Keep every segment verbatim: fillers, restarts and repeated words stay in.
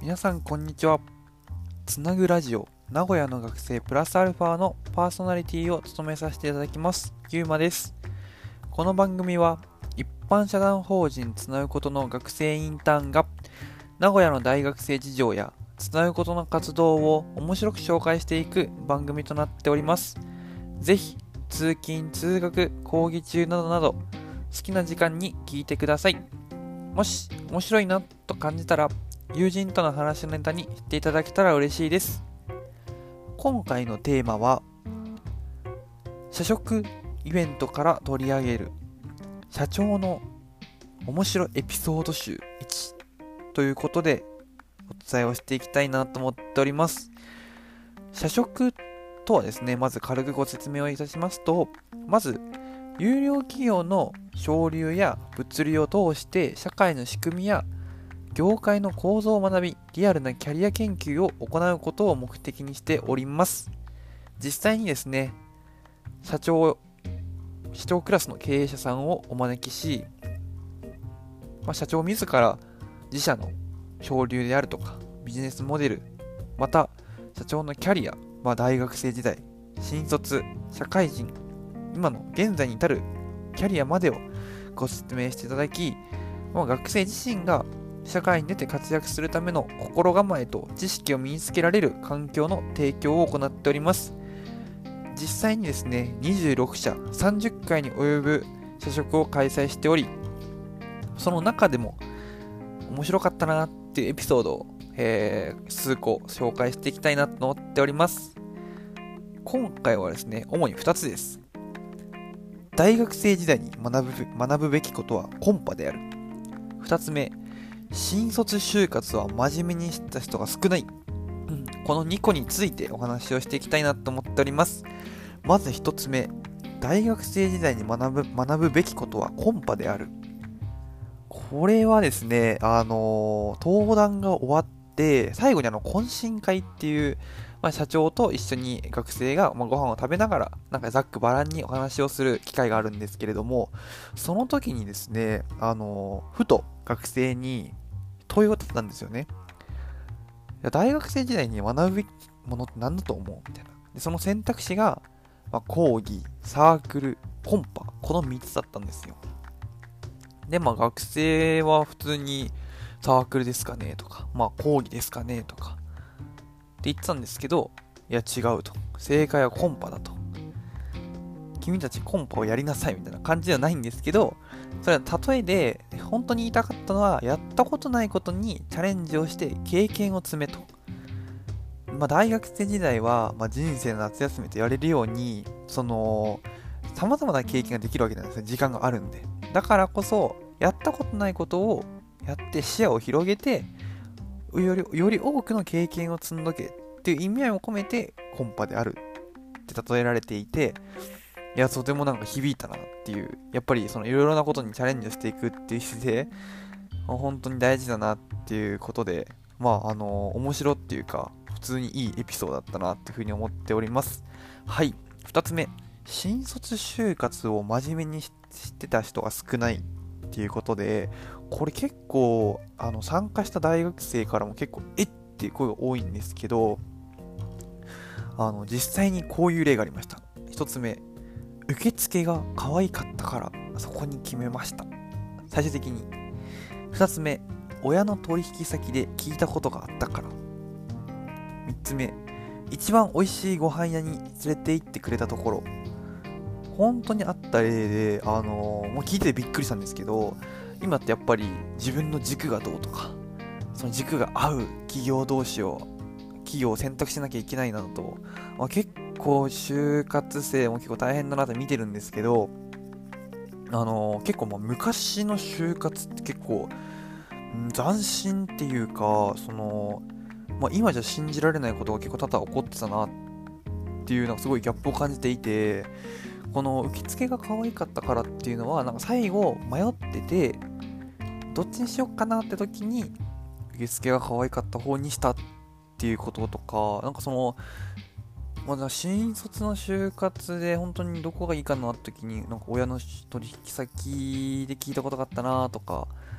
皆さんこんにちは。つなぐラジオ名古屋の学生プラスアルファのパーソナリティを務めさせていただきますゆうまです。この番組は一般社団法人つなぐことの学生インターンが名古屋の大学生事情やつなぐことの活動を面白く紹介していく番組となっております。ぜひ通勤通学講義中などなど好きな時間に聞いてください。もし面白いなと感じたら友人との話のネタにしていただけたら嬉しいです。今回のテーマは社食イベントから取り上げる社長の面白いエピソード集いちということでお伝えをしていきたいなと思っております。社食とはですね、まず軽くご説明をいたしますと、まず有料企業の省流や物流を通して社会の仕組みや業界の構造を学び、リアルなキャリア研究を行うことを目的にしております。実際にですね、社長、社長クラスの経営者さんをお招きし、まあ、社長自ら自社の省流であるとか、ビジネスモデル、また社長のキャリア、まあ、大学生時代、新卒、社会人、今の現在に至るキャリアまでをご説明していただき、まあ、学生自身が社会に出て活躍するための心構えと知識を身につけられる環境の提供を行っております。実際にですね、にじゅうろくしゃさんじゅっかいに及ぶ社食を開催しており、その中でも面白かったなっていうエピソードを、えー、数個紹介していきたいなと思っております。今回はですね、主にふたつです。大学生時代に学ぶ、学ぶべきことはコンパである。ふたつめ、新卒就活は真面目にした人が少ない、うん、このにこについてお話をしていきたいなと思っております。まずひとつめ、大学生時代に学ぶ、学ぶべきことはコンパである。これはですね、あのー、登壇が終わって最後にあの懇親会っていう、まあ、社長と一緒に学生が、まあ、ご飯を食べながらなんかざっくばらんにお話をする機会があるんですけれども、その時にですね、あのー、ふと学生に問いを立てたんですよね。いや大学生時代に学ぶべきものって何だと思うみたいな。でその選択肢が、まあ、講義、サークル、コンパ、このみっつだったんですよ。で、まあ学生は普通にサークルですかねとか、まあ講義ですかねとかって言ってたんですけど、いや違うと。正解はコンパだと。君たちコンパをやりなさいみたいな感じではないんですけど、それは例えで本当に言いたかったのは、やったことないことにチャレンジをして経験を積めと。まあ大学生時代は、まあ、人生の夏休みと言われるように、その様々な経験ができるわけなんですね。時間があるんで。だからこそやったことないことをやって視野を広げて、よりより多くの経験を積んどけっていう意味合いを込めてコンパであるって例えられていて、いやとてもなんか響いたなっていう、やっぱりそのいろいろなことにチャレンジをしていくっていう姿勢本当に大事だなっていうことで、まああの面白っていうか普通にいいエピソードだったなっていうふうに思っております。はい、ふたつめ、新卒就活を真面目にしてた人が少ないっていうことで、これ結構あの参加した大学生からも結構えっていう声が多いんですけど、あの実際にこういう例がありました。ひとつめ、受付が可愛かったからそこに決めました、最終的に。ふたつめ、親の取引先で聞いたことがあったから。みっつめ、一番美味しいご飯屋に連れて行ってくれたところ。本当にあった例で、あのー、もう聞いててびっくりしたんですけど、今ってやっぱり自分の軸がどうとか、その軸が合う企業同士を企業を選択しなきゃいけないなどと、まあ、結構就活生も結構大変だなって見てるんですけど、あのー、結構まあ昔の就活って結構、ん斬新っていうか、その、まあ、今じゃ信じられないことが結構多々起こってたなっていうのがすごいギャップを感じていて、この受付が可愛かったからっていうのはなんか最後迷っててどっちにしようかなって時に受付が可愛かった方にしたっていうこととか、なんかそのまだ新卒の就活で本当にどこがいいかなって時になんか親の取引先で聞いたことがあったなとか、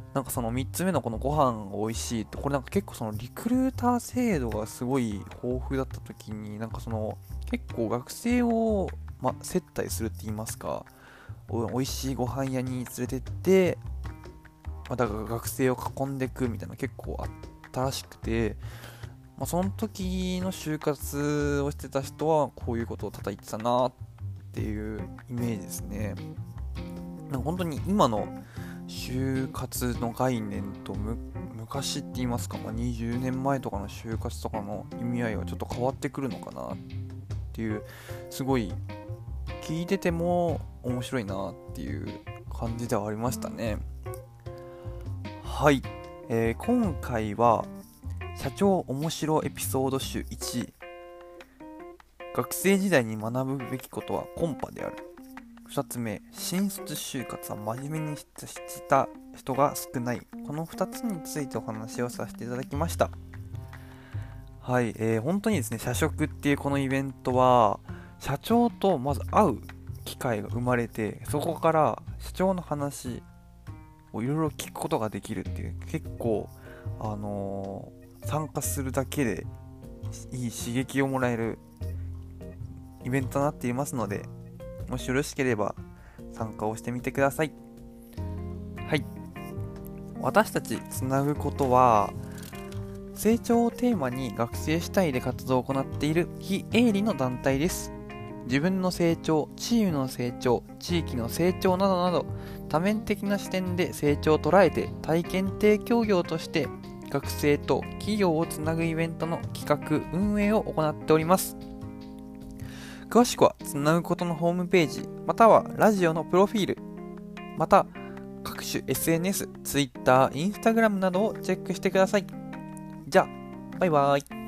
なんかそのみっつめのこのご飯美味しいって、これなんか結構そのリクルーター制度がすごい豊富だった時に、なんかその結構学生を、ま、接待するって言いますか、お美味しいご飯屋に連れてって、まあ、だから学生を囲んでいくみたいな結構あったらしくて、まあ、その時の就活をしてた人はこういうことを叩いてたなっていうイメージですね。なんか本当に今の就活の概念とむ昔って言いますか、まあ、にじゅうねんまえとかの就活とかの意味合いはちょっと変わってくるのかなっていう、すごい聞いてても面白いなっていう感じではありましたね。はい、えー、今回は社長面白エピソード集いち、学生時代に学ぶべきことはコンパである。ふたつめ、新卒就活は真面目にした人が少ない。このふたつについてお話をさせていただきました。はい、えー、本当にですね、社食っていうこのイベントは社長とまず会う機会が生まれて、そこから社長の話をいろいろ聞くことができるっていう、結構あのー、参加するだけでいい刺激をもらえるイベントとなっていますので、もしよろしければ参加をしてみてください。はい、私たちつなぐことは成長をテーマに学生主体で活動を行っている非営利の団体です。自分の成長、チームの成長、地域の成長などなど多面的な視点で成長を捉えて体験提供業として学生と企業をつなぐイベントの企画・運営を行っております。詳しくはつなぐことのホームページ、またはラジオのプロフィール、また各種 エスエヌエス、Twitter、Instagram などをチェックしてください。じゃあ、バイバイ。